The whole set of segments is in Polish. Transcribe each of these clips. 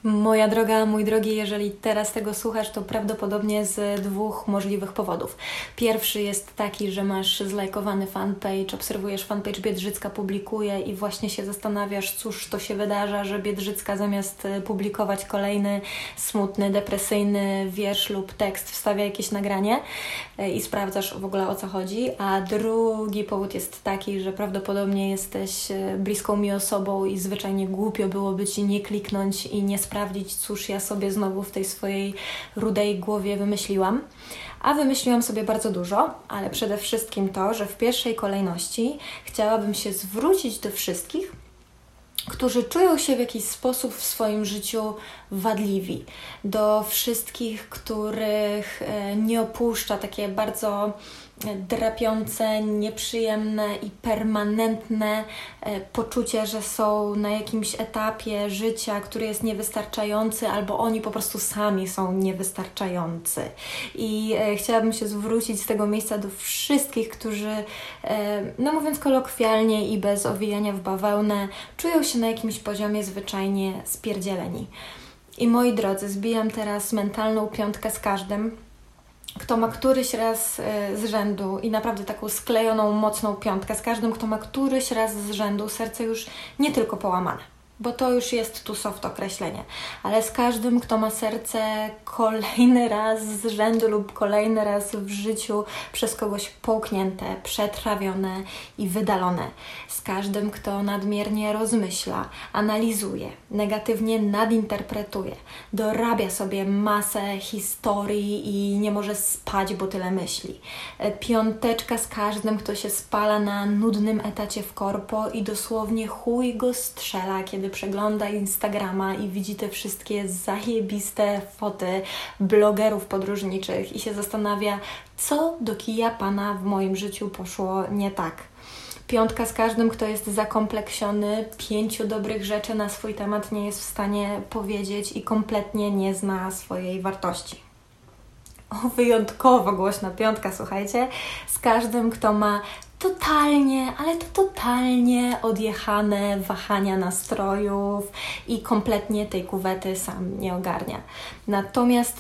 Moja droga, mój drogi, jeżeli teraz tego słuchasz, to prawdopodobnie z dwóch możliwych powodów. Pierwszy jest taki, że masz zlajkowany fanpage, obserwujesz fanpage Biedrzycka publikuje i właśnie się zastanawiasz, cóż to się wydarza, że Biedrzycka zamiast publikować kolejny smutny, depresyjny wiersz lub tekst wstawia jakieś nagranie i sprawdzasz w ogóle o co chodzi. A drugi powód jest taki, że prawdopodobnie jesteś bliską mi osobą i zwyczajnie głupio byłoby Ci nie kliknąć i nie sprawdzić, cóż ja sobie znowu w tej swojej rudej głowie wymyśliłam. A wymyśliłam sobie bardzo dużo, ale przede wszystkim to, że w pierwszej kolejności chciałabym się zwrócić do wszystkich, którzy czują się w jakiś sposób w swoim życiu wadliwi. Do wszystkich, których nie opuszcza takie bardzo drapiące, nieprzyjemne i permanentne poczucie, że są na jakimś etapie życia, który jest niewystarczający, albo oni po prostu sami są niewystarczający. I chciałabym się zwrócić z tego miejsca do wszystkich, którzy, no mówiąc kolokwialnie i bez owijania w bawełnę, czują się na jakimś poziomie zwyczajnie spierdzieleni. I moi drodzy, zbijam teraz mentalną piątkę z każdym, kto ma któryś raz z rzędu i naprawdę taką sklejoną, mocną piątkę z każdym, kto ma któryś raz z rzędu serce już nie tylko połamane, bo to już jest tu soft określenie, ale z każdym, kto ma serce kolejny raz z rzędu lub kolejny raz w życiu przez kogoś połknięte, przetrawione i wydalone. Z każdym, kto nadmiernie rozmyśla, analizuje, negatywnie nadinterpretuje, dorabia sobie masę historii i nie może spać, bo tyle myśli. Piąteczka z każdym, kto się spala na nudnym etacie w korpo i dosłownie chuj go strzela, kiedy przegląda Instagrama i widzi te wszystkie zajebiste foty blogerów podróżniczych i się zastanawia, co do kija pana w moim życiu poszło nie tak. Piątka z każdym, kto jest zakompleksiony, 5 dobrych rzeczy na swój temat nie jest w stanie powiedzieć i kompletnie nie zna swojej wartości. O, wyjątkowo głośna piątka, słuchajcie, z każdym, kto ma totalnie, ale to totalnie odjechane wahania nastrojów i kompletnie tej kuwety sam nie ogarnia. Natomiast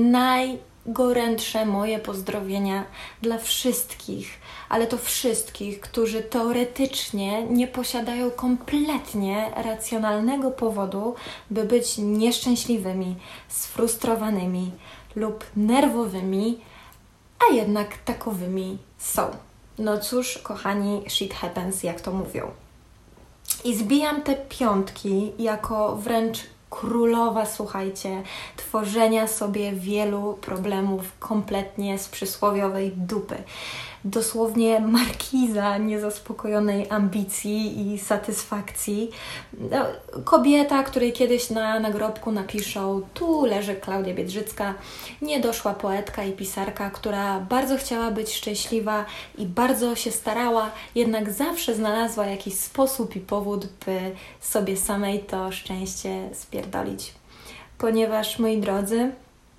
najgorętsze moje pozdrowienia dla wszystkich, ale to wszystkich, którzy teoretycznie nie posiadają kompletnie racjonalnego powodu, by być nieszczęśliwymi, sfrustrowanymi lub nerwowymi, a jednak takowymi są. No cóż, kochani, shit happens, jak to mówią. I zbijam te piątki jako wręcz królowa, słuchajcie, tworzenia sobie wielu problemów kompletnie z przysłowiowej dupy. Dosłownie markiza niezaspokojonej ambicji i satysfakcji. No, kobieta, której kiedyś na nagrobku napiszą: tu leży Klaudia Biedrzycka, niedoszła poetka i pisarka, która bardzo chciała być szczęśliwa i bardzo się starała, jednak zawsze znalazła jakiś sposób i powód, by sobie samej to szczęście spierdolić. Ponieważ, moi drodzy,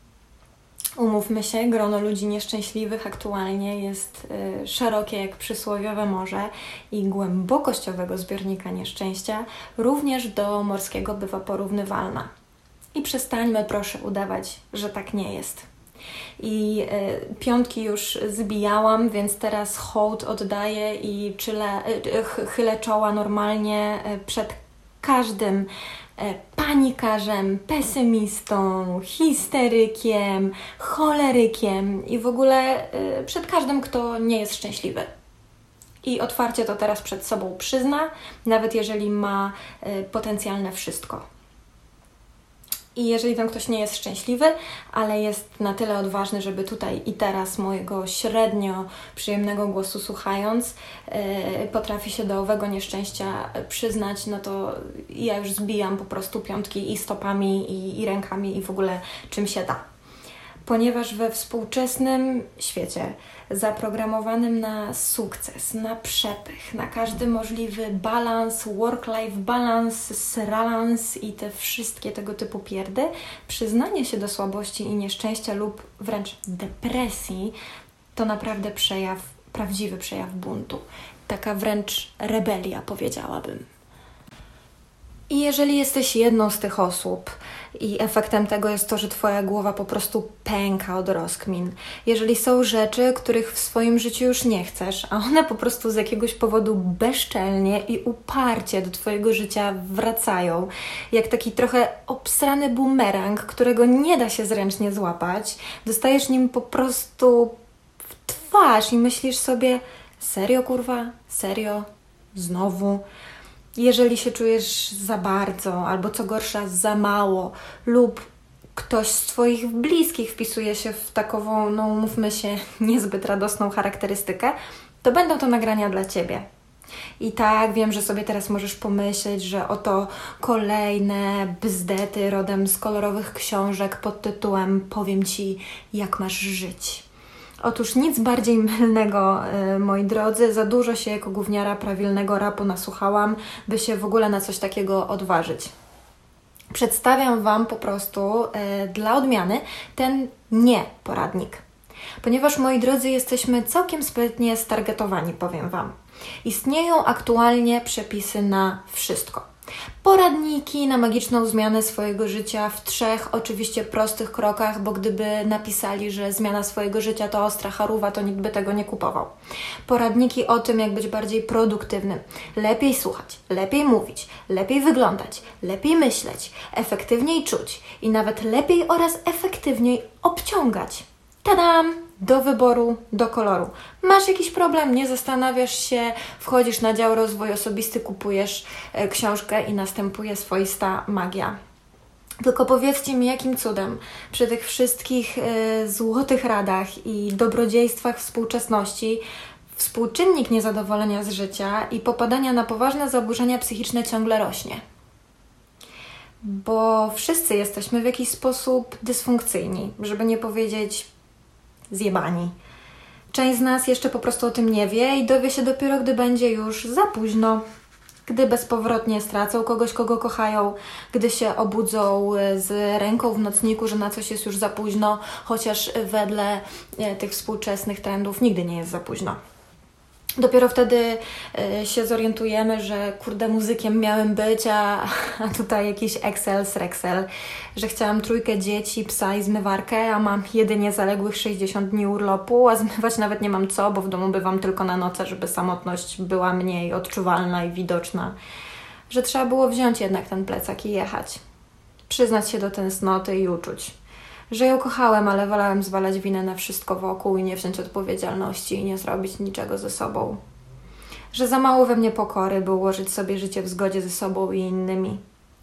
umówmy się, grono ludzi nieszczęśliwych aktualnie jest szerokie jak przysłowiowe morze i głębokościowego zbiornika nieszczęścia również do morskiego bywa porównywalna. I przestańmy proszę udawać, że tak nie jest. I piątki już zbijałam, więc teraz hołd oddaję i chylę czoła normalnie przed każdym panikarzem, pesymistą, histerykiem, cholerykiem i w ogóle przed każdym, kto nie jest szczęśliwy. I otwarcie to teraz przed sobą przyzna, nawet jeżeli ma potencjalne wszystko. I jeżeli ten ktoś nie jest szczęśliwy, ale jest na tyle odważny, żeby tutaj i teraz mojego średnio przyjemnego głosu słuchając, potrafi się do owego nieszczęścia przyznać, no to ja już zbijam po prostu piątki i stopami, i rękami, i w ogóle czym się da. Ponieważ we współczesnym świecie zaprogramowanym na sukces, na przepych, na każdy możliwy balans, work-life balance, sralans i te wszystkie tego typu pierdy, przyznanie się do słabości i nieszczęścia lub wręcz depresji to naprawdę prawdziwy przejaw buntu. Taka wręcz rebelia, powiedziałabym. I jeżeli jesteś jedną z tych osób i efektem tego jest to, że Twoja głowa po prostu pęka od rozkmin, jeżeli są rzeczy, których w swoim życiu już nie chcesz, a one po prostu z jakiegoś powodu bezczelnie i uparcie do Twojego życia wracają, jak taki trochę obsrany bumerang, którego nie da się zręcznie złapać, dostajesz nim po prostu w twarz i myślisz sobie, serio kurwa? Serio? Znowu? Jeżeli się czujesz za bardzo, albo co gorsza za mało, lub ktoś z Twoich bliskich wpisuje się w takową, no umówmy się, niezbyt radosną charakterystykę, to będą to nagrania dla Ciebie. I tak, wiem, że sobie teraz możesz pomyśleć, że oto kolejne bzdety rodem z kolorowych książek pod tytułem Powiem Ci, jak masz żyć. Otóż nic bardziej mylnego, moi drodzy, za dużo się jako gówniara prawilnego rapu nasłuchałam, by się w ogóle na coś takiego odważyć. Przedstawiam Wam po prostu dla odmiany ten nie poradnik. Ponieważ, moi drodzy, jesteśmy całkiem sprytnie stargetowani, powiem Wam. Istnieją aktualnie przepisy na wszystko. Poradniki na magiczną zmianę swojego życia w 3 oczywiście prostych krokach, bo gdyby napisali, że zmiana swojego życia to ostra charówa, to nikt by tego nie kupował. Poradniki o tym, jak być bardziej produktywnym, lepiej słuchać, lepiej mówić, lepiej wyglądać, lepiej myśleć, efektywniej czuć i nawet lepiej oraz efektywniej obciągać. Tadam! Do wyboru, do koloru. Masz jakiś problem, nie zastanawiasz się, wchodzisz na dział rozwój osobisty, kupujesz książkę i następuje swoista magia. Tylko powiedzcie mi, jakim cudem przy tych wszystkich złotych radach i dobrodziejstwach współczesności współczynnik niezadowolenia z życia i popadania na poważne zaburzenia psychiczne ciągle rośnie. Bo wszyscy jesteśmy w jakiś sposób dysfunkcyjni, żeby nie powiedzieć zjebani. Część z nas jeszcze po prostu o tym nie wie i dowie się dopiero, gdy będzie już za późno. Gdy bezpowrotnie stracą kogoś, kogo kochają, gdy się obudzą z ręką w nocniku, że na coś jest już za późno, chociaż wedle tych współczesnych trendów nigdy nie jest za późno. Dopiero wtedy się zorientujemy, że kurde, muzykiem miałem być, a tutaj jakiś Excel z Rexel, że chciałam 3 dzieci, psa i zmywarkę, a mam jedynie zaległych 60 dni urlopu, a zmywać nawet nie mam co, bo w domu bywam tylko na noce, żeby samotność była mniej odczuwalna i widoczna. Że trzeba było wziąć jednak ten plecak i jechać. Przyznać się do tęsknoty i uczuć. Że ją kochałem, ale wolałem zwalać winę na wszystko wokół i nie wziąć odpowiedzialności i nie zrobić niczego ze sobą. Że za mało we mnie pokory, by ułożyć sobie życie w zgodzie ze sobą i innymi.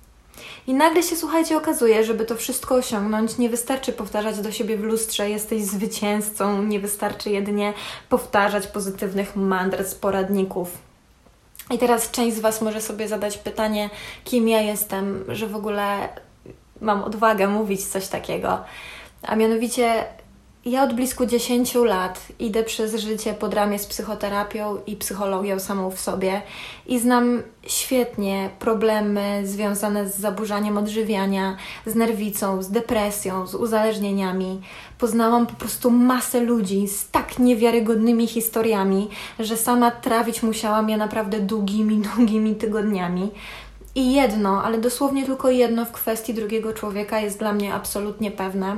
I nagle się, słuchajcie, okazuje, żeby to wszystko osiągnąć, nie wystarczy powtarzać do siebie w lustrze, jesteś zwycięzcą, nie wystarczy jedynie powtarzać pozytywnych mantr z poradników. I teraz część z Was może sobie zadać pytanie, kim ja jestem, że w ogóle mam odwagę mówić coś takiego. A mianowicie ja od blisko 10 lat idę przez życie pod ramię z psychoterapią i psychologią samą w sobie i znam świetnie problemy związane z zaburzaniem odżywiania, z nerwicą, z depresją, z uzależnieniami. Poznałam po prostu masę ludzi z tak niewiarygodnymi historiami, że sama trawić musiałam je naprawdę długimi tygodniami. I jedno, ale dosłownie tylko jedno w kwestii drugiego człowieka jest dla mnie absolutnie pewne,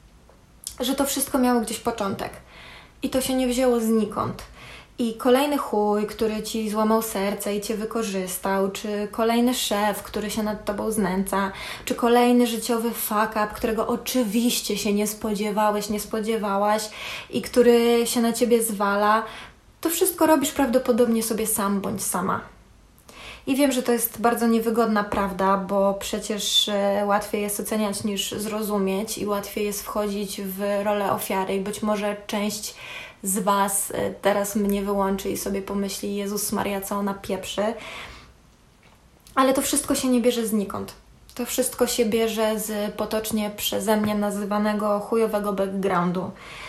że to wszystko miało gdzieś początek. I to się nie wzięło znikąd. I kolejny chuj, który Ci złamał serce i Cię wykorzystał, czy kolejny szef, który się nad Tobą znęca, czy kolejny życiowy fuck up, którego oczywiście się nie spodziewałeś, nie spodziewałaś i który się na Ciebie zwala, to wszystko robisz prawdopodobnie sobie sam bądź sama. I wiem, że to jest bardzo niewygodna prawda, bo przecież łatwiej jest oceniać niż zrozumieć i łatwiej jest wchodzić w rolę ofiary. I być może część z Was teraz mnie wyłączy i sobie pomyśli: Jezus Maria, co ona pieprzy. Ale to wszystko się nie bierze znikąd. To wszystko się bierze z potocznie przeze mnie nazywanego chujowego backgroundu.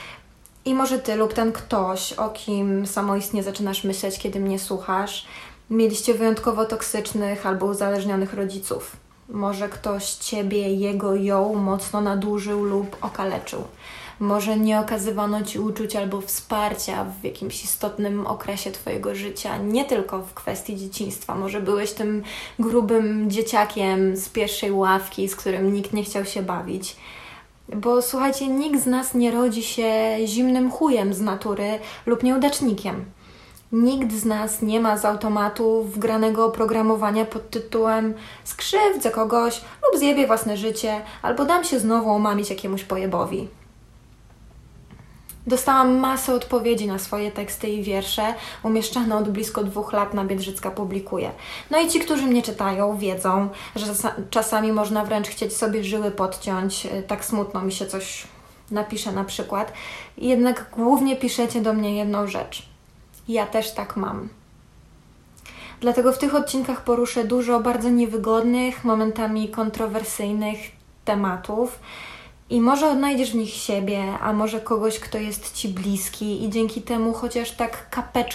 I może Ty lub ten ktoś, o kim samoistnie zaczynasz myśleć, kiedy mnie słuchasz, mieliście wyjątkowo toksycznych albo uzależnionych rodziców. Może ktoś Ciebie, jego, ją mocno nadużył lub okaleczył. Może nie okazywano Ci uczuć albo wsparcia w jakimś istotnym okresie Twojego życia, nie tylko w kwestii dzieciństwa. Może byłeś tym grubym dzieciakiem z pierwszej ławki, z którym nikt nie chciał się bawić. Bo słuchajcie, nikt z nas nie rodzi się zimnym chujem z natury lub nieudacznikiem. Nikt z nas nie ma z automatu wgranego oprogramowania pod tytułem skrzywdzę kogoś lub zjebię własne życie albo dam się znowu omamić jakiemuś pojebowi. Dostałam masę odpowiedzi na swoje teksty i wiersze umieszczane od blisko 2 lat na Biedrzycka publikuje. No i ci, którzy mnie czytają, wiedzą, że czasami można wręcz chcieć sobie żyły podciąć, tak smutno mi się coś napisze na przykład. Jednak głównie piszecie do mnie jedną rzecz. Ja też tak mam. Dlatego w tych odcinkach poruszę dużo bardzo niewygodnych, momentami kontrowersyjnych tematów i może odnajdziesz w nich siebie, a może kogoś, kto jest Ci bliski i dzięki temu chociaż tak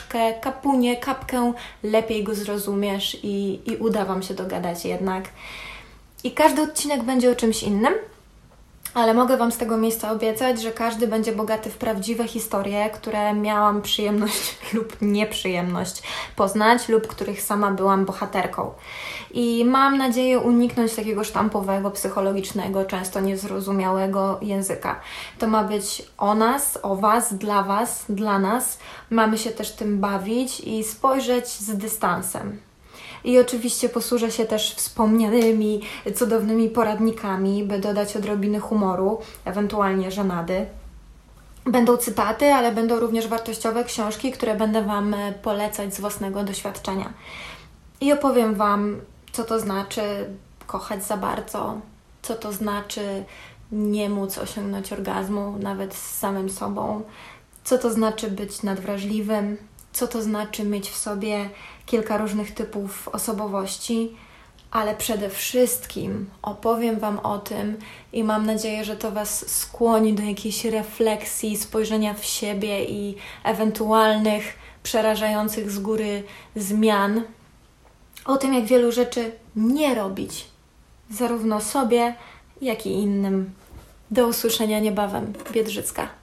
kapkę lepiej go zrozumiesz i uda Wam się dogadać jednak. I każdy odcinek będzie o czymś innym, ale mogę Wam z tego miejsca obiecać, że każdy będzie bogaty w prawdziwe historie, które miałam przyjemność lub nieprzyjemność poznać lub których sama byłam bohaterką. I mam nadzieję uniknąć takiego sztampowego, psychologicznego, często niezrozumiałego języka. To ma być o nas, o Was, dla nas. Mamy się też tym bawić i spojrzeć z dystansem. I oczywiście posłużę się też wspomnianymi, cudownymi poradnikami, by dodać odrobiny humoru, ewentualnie żenady. Będą cytaty, ale będą również wartościowe książki, które będę Wam polecać z własnego doświadczenia. I opowiem Wam, co to znaczy kochać za bardzo, co to znaczy nie móc osiągnąć orgazmu nawet z samym sobą, co to znaczy być nadwrażliwym, co to znaczy mieć w sobie kilka różnych typów osobowości, ale przede wszystkim opowiem Wam o tym i mam nadzieję, że to Was skłoni do jakiejś refleksji, spojrzenia w siebie i ewentualnych przerażających z góry zmian. O tym, jak wielu rzeczy nie robić, zarówno sobie, jak i innym. Do usłyszenia niebawem. Biedrzycka.